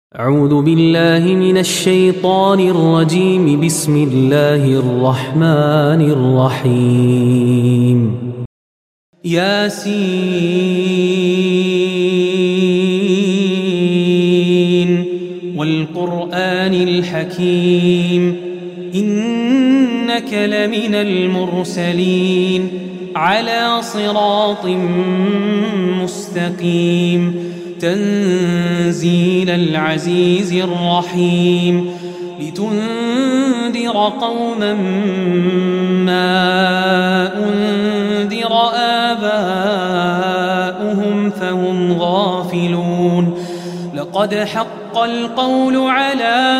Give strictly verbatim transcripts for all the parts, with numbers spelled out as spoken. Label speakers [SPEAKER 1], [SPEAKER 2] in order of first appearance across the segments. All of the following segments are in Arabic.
[SPEAKER 1] أعوذ بالله من الشيطان الرجيم. بسم الله الرحمن الرحيم. ياسين والقرآن الحكيم إنك لمن المرسلين على صراط مستقيم تنزيل العزيز الرحيم لتنذر قوما ما أنذر آباؤهم فهم غافلون. لقد حق القول على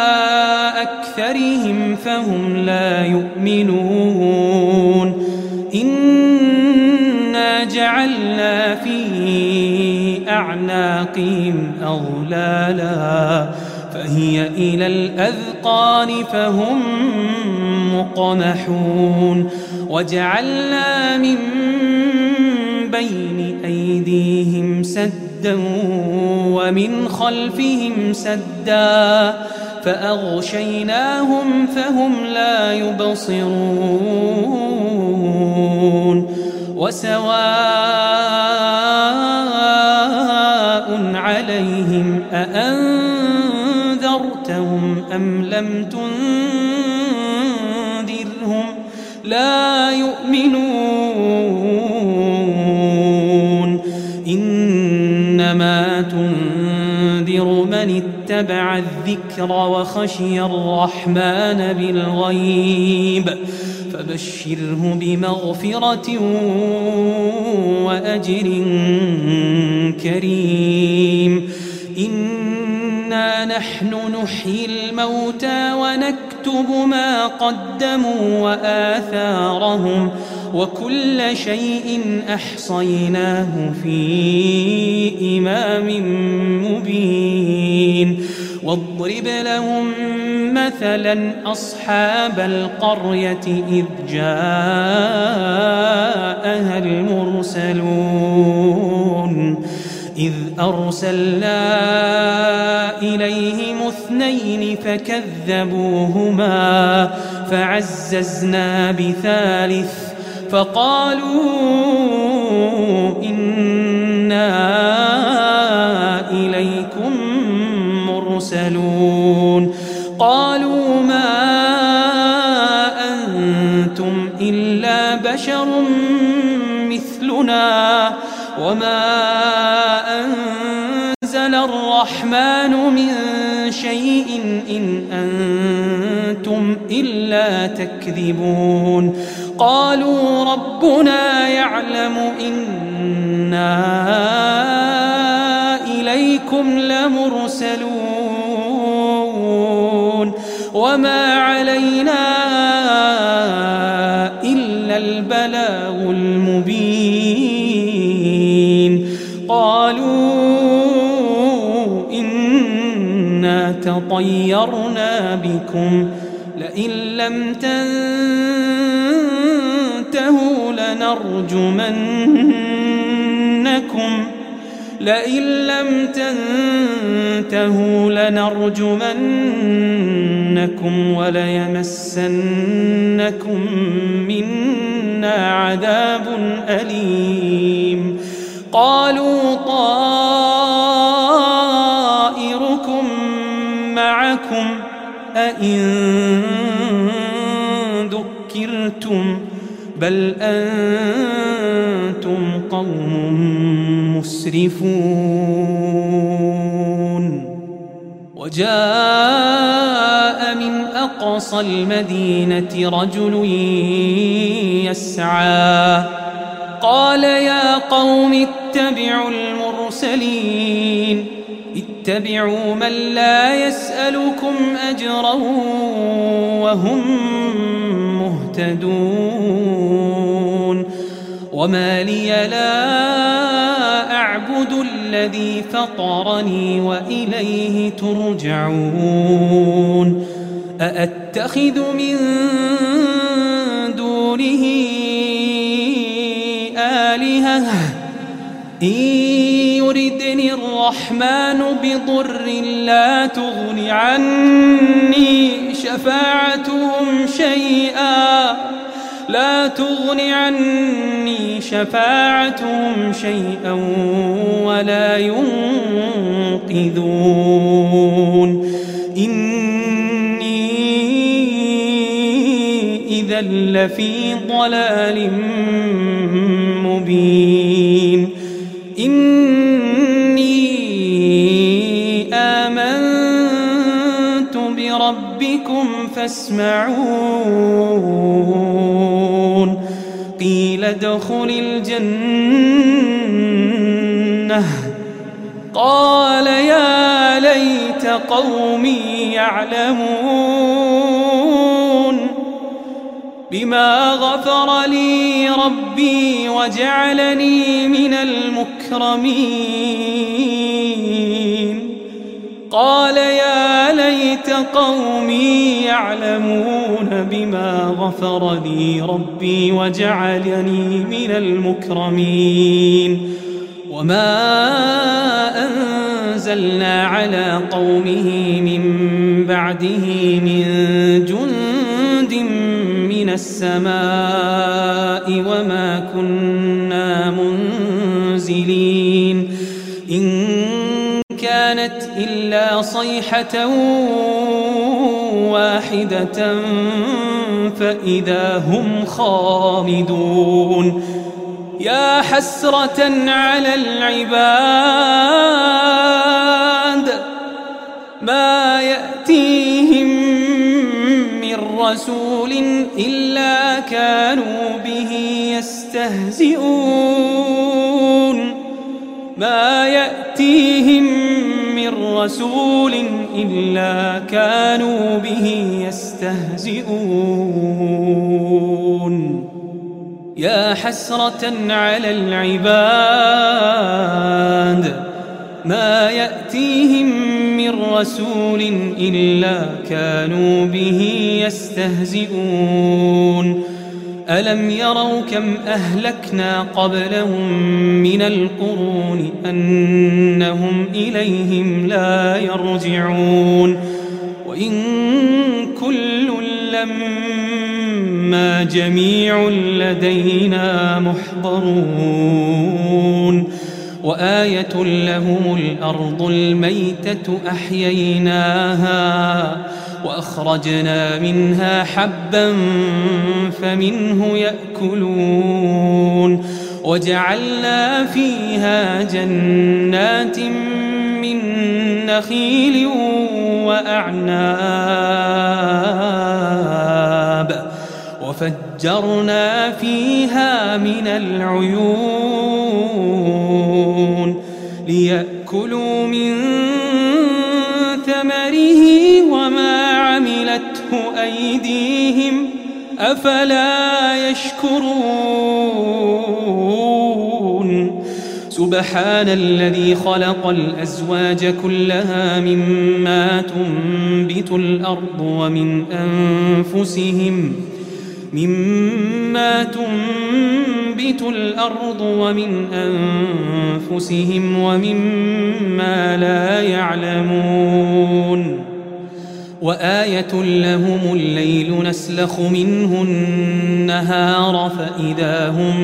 [SPEAKER 1] أكثرهم فهم لا يؤمنون. إنا جعلنا في أعناقهم أغلالا فهي إلى الأذقان فهم مقمحون. وجعلنا من بين أيديهم سدا ومن خلفهم سدا فأغشيناهم فهم لا يبصرون. وسواء عليهم أأنذرتهم أم لم تنذرهم لا يؤمنون. إنما تنذر من اتبع الذكر وخشي الرحمن بالغيب فبشره بمغفرة وأجر كريم. إنا نحن نحيي الموتى ونكتب ما قدموا وآثارهم وكل شيء أحصيناه في إمام مبين. واضرب لهم مثلا أصحاب القرية إذ جاءها المرسلون إذ أرسلنا إليهم اثنين فكذبوهما فعززنا بثالث فقالوا إنا إليكم مرسلون. قالوا ما أنتم إلا بشر مثلنا وما أنزل الرحمن من شيء إن أنتم إلا تكذبون. قالوا ربنا يعلم إنا إليكم لمرسلون وما علينا إلا البلاغ المبين. قالوا إنا تطيرنا بكم لئن لم تنتهوا لنرجمنكم لئن لم تنتهوا لنرجمنكم وليمسنكم منا عذاب أليم. قالوا طائركم معكم أئن ذكرتم بل أنتم قوم مسرفون. وجاء من أقصى المدينة رجل يسعى قال يا قوم اتبعوا المرسلين اتبعوا من لا يسألكم أجرا وهم مهتدون. وما لي لا أعبد الذي فطرني وإليه ترجعون. أأتخذ من دونه آلهة إن يردني الرحمن بضر لا تغن عني شفاعتهم شيئا لا تغن عني شفاعتهم شيئا ولا ينقذون إني إذا لفي ضلال مبين إني آمنت بربكم فاسمعون قيل ادخل الجنة قال يا ليت قومي يعلمون بما غفر لي ربي وجعلني من المكرمين قال يا ليت قومي يعلمون بما غفر لي ربي وجعلني من المكرمين وما أنزلنا على قومه من بعده من جند من السماء وما كنا منزلين إن كانت إلا صيحة واحدة فإذا هم خامدون يا حسرة على العباد ما يأتيهم من رسول إلا كانوا به يستهزئون ما يأتيهم من رسول إلا كانوا به يستهزئون يا حسرة على العباد ما يأتيهم من رسول إلا كانوا به يستهزئون ألم يروا كم أهلكنا قبلهم من القرون أنهم إليهم لا يرجعون وإن كل لما جميع لدينا محضرون وآية لهم الأرض الميتة أحييناها وأخرجنا منها حبا فمنه يأكلون وجعلنا فيها جنات من نخيل وأعناب وفجرنا فيها من العيون ليأكلوا من ثمره وما عملته أيديهم أفلا يشكرون سبحان الذي خلق الأزواج كلها مما تنبت الأرض ومن أنفسهم مما تنبت الأرض ومن أنفسهم ومما لا يعلمون وآية لهم الليل نسلخ منه النهار فإذا هم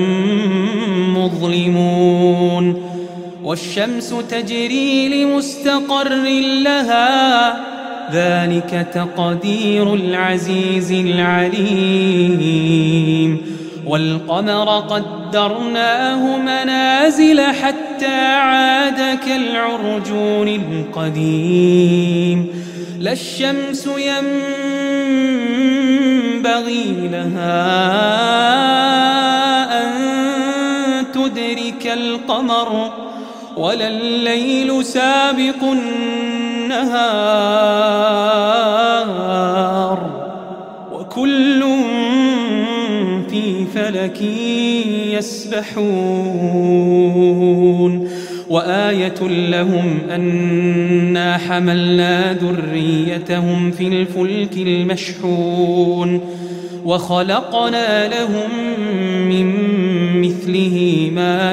[SPEAKER 1] مظلمون والشمس تجري لمستقر لها ذلك تقدير العزيز العليم والقمر قدرناه منازل حتى عاد كالعرجون القديم لا الشمس ينبغي لها أن تدرك القمر ولا الليل سابق النهار وكل في فلك يسبحون وآية لهم أنا حملنا ذريتهم في الفلك المشحون وخلقنا لهم من لمثله ما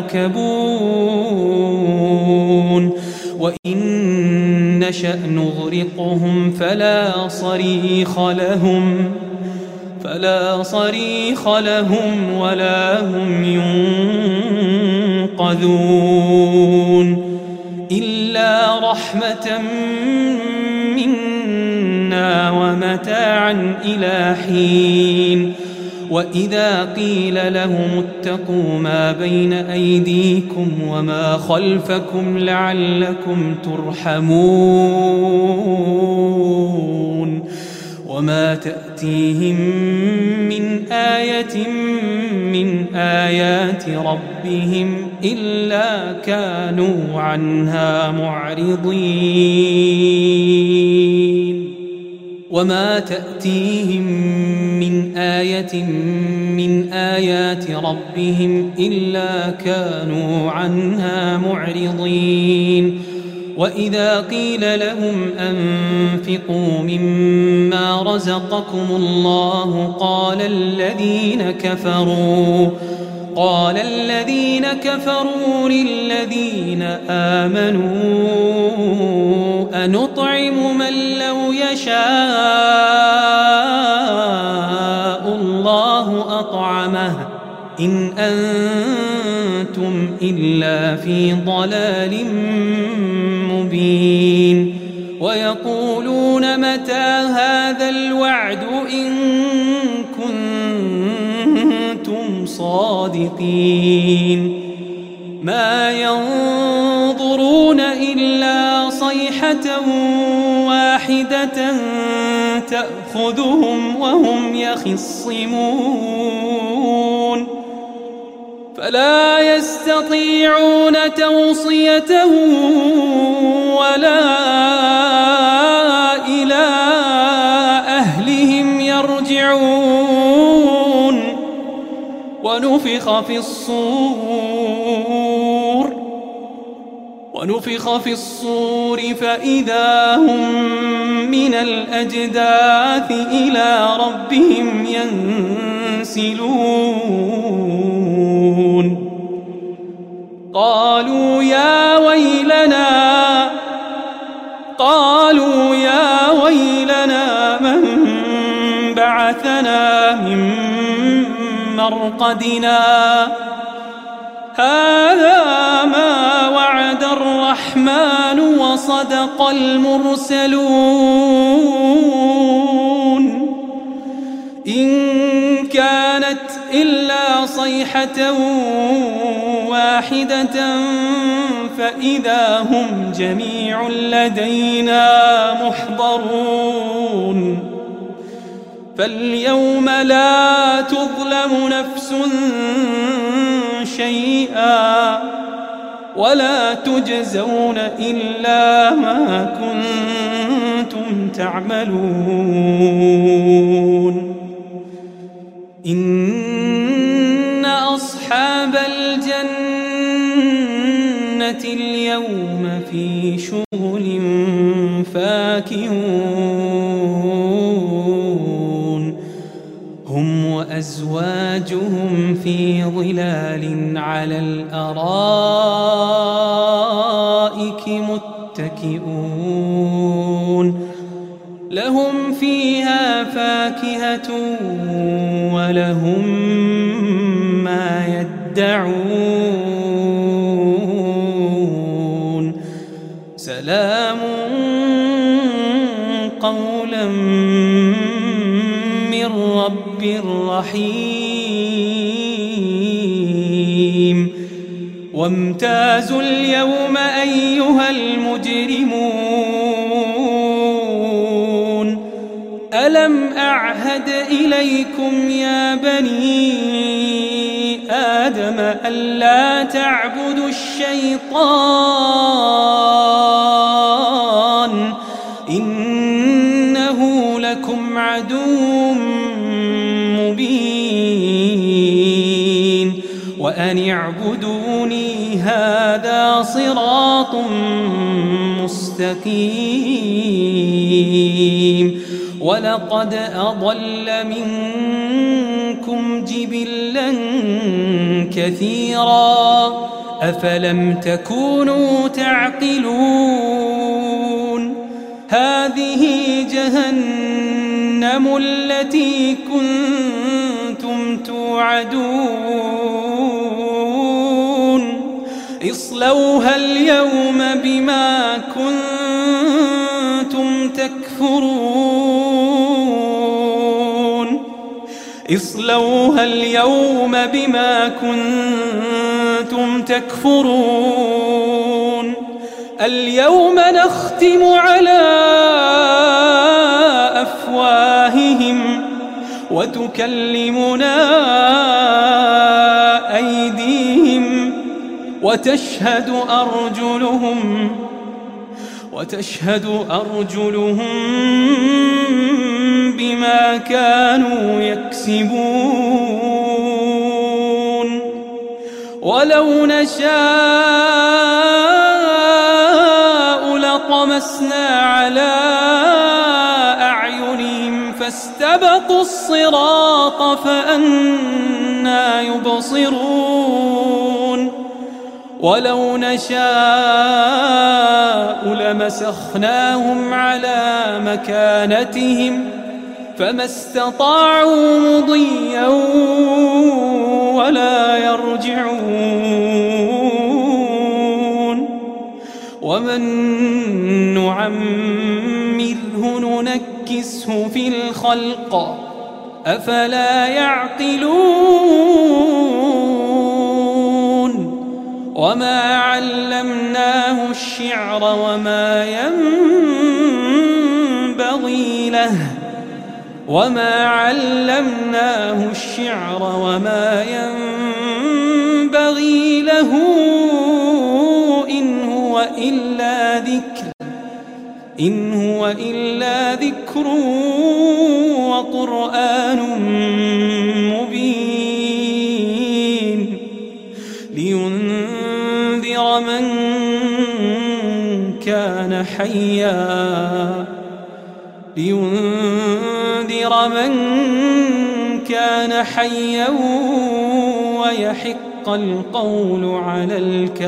[SPEAKER 1] يركبون وإن نشأ نغرقهم فلا صريخ لهم فلا صريخ لهم ولا هم ينقذون إلا رحمة منا ومتاعا إلى حين وإذا قيل لهم اتقوا ما بين أيديكم وما خلفكم لعلكم ترحمون وما تأتيهم من آية من آيات ربهم إلا كانوا عنها معرضين وما تأتيهم من آية من آيات ربهم إلا كانوا عنها معرضين وإذا قيل لهم أنفقوا مما رزقكم الله قال الذين كفروا قال الذين كفروا للذين آمنوا أنطعم من لو يشاء الله أطعمه إن أنتم إلا في ضلال مبين ويقولون متى هذا الوعد إن كنتم صادقين ما ينظرون إلا صيحة واحدة تأخذهم وهم يخصمون فلا يستطيعون توصية ولا إلى أهلهم يرجعون ونفخ في الصور ونفخ في الصور فإذا هم من الأجداث إلى ربهم ينسلون قالوا يا ويلنا قالوا يا ويلنا من بعثنا من مرقدنا هذا ما وعد الرحمن وصدق المرسلون إن كانت إلا صيحة واحدة فإذا هم جميع لدينا محضرون فاليوم لا تظلم نفس شيئا ولا تجزون إلا ما كنتم تعملون إن أصحاب الجنة اليوم في شغل فاكهون هم وأزواجهم في ظلال على الأرائك متكئون لهم فيها فاكهة ولهم ما يدعون سلام قولا من رب رحيم وامتازوا اليوم أيها المجرمون ألم أعهد إليكم يا بني آدم ألا تعبدوا الشيطان إنه لكم عدو مبين وأن اعبدوني هذا صراط مستقيم ولقد أضل منكم جبلا كثيرا أفلم تكونوا تعقلون هذه جهنم التي كنتم توعدون اصلوها اليوم بما كنتم تكفرون اصلوها اليوم بما كنتم تكفرون اليوم نختم على أفواههم وتكلمنا أيديهم وتشهد أرجلهم وتشهد أرجلهم بما كانوا يكسبون ولو نشاء لطمسنا على أعينهم فاستبقوا الصراط فأنى يبصرون ولو نشاء لمسخناهم على مكانتهم فما استطاعوا مضيا ولا يرجعون ومن نعمره ننكسه في الخلق أفلا يعقلون وما علمناه الشعر وما ينبغي له وما علمناه الشعر وما ينبغي له إن هو إلا ذكر إن هو إلا ذكر وقرآن مبين لينذر من كان حيا لينذر من كان حيا ويحق القول على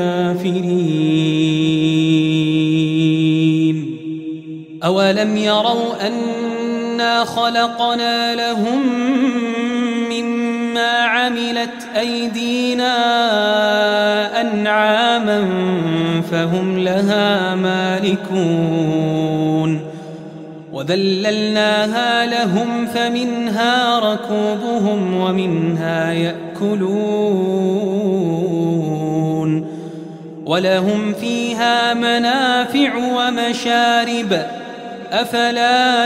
[SPEAKER 1] الكافرين أولم يروا أنا خلقنا لهم مما عملت أيدينا أنعاما فهم لها مالكون وذللناها لهم فمنها ركوبهم ومنها يأكلون ولهم فيها منافع ومشارب أفلا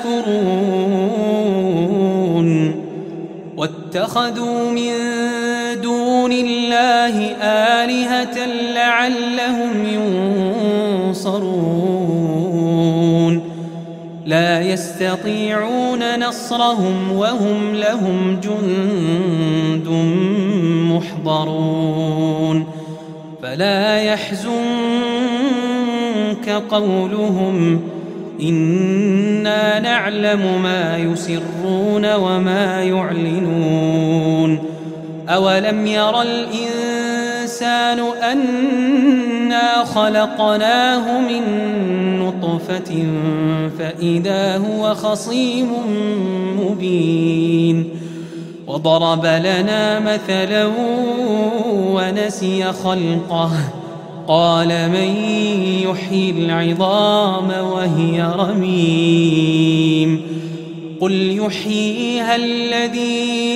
[SPEAKER 1] يشكرون واتخذوا من دون الله آلهة لعلهم ينصرون لا يستطيعون نصرهم وهم لهم جند محضرون فلا يحزنك قولهم إنا نعلم ما يسرون وما يعلنون أولم ير الإنسان أنا خلقناه من نطفة فإذا هو خصيم مبين وضرب لنا مثلا ونسي خلقه قال من يحيي العظام وهي رميم قل يحييها الذي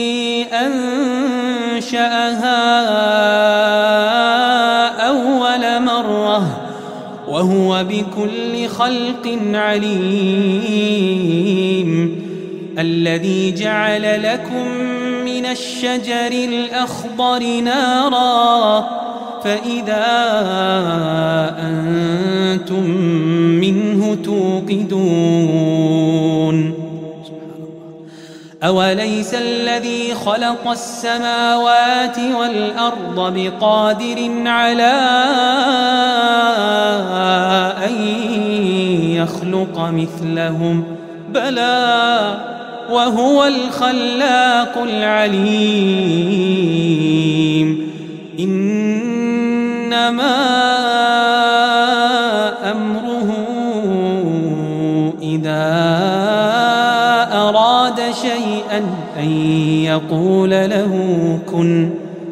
[SPEAKER 1] أنشأها أول مرة وهو بكل خلق عليم الذي جعل لكم من الشجر الأخضر نارا فإذا أنتم منه توقدون أوليس الذي خلق السماوات والأرض بقادر على أن يخلق مثلهم بلى وهو الخلاق العليم. إنما أمره إذا أراد شيئا أن يقول له كن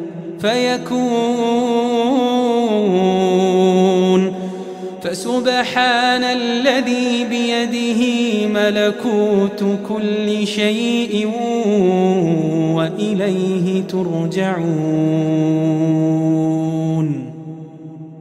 [SPEAKER 1] فيكون. فسبحان الذي بيده ملكوت كل شيء وإليه ترجعون.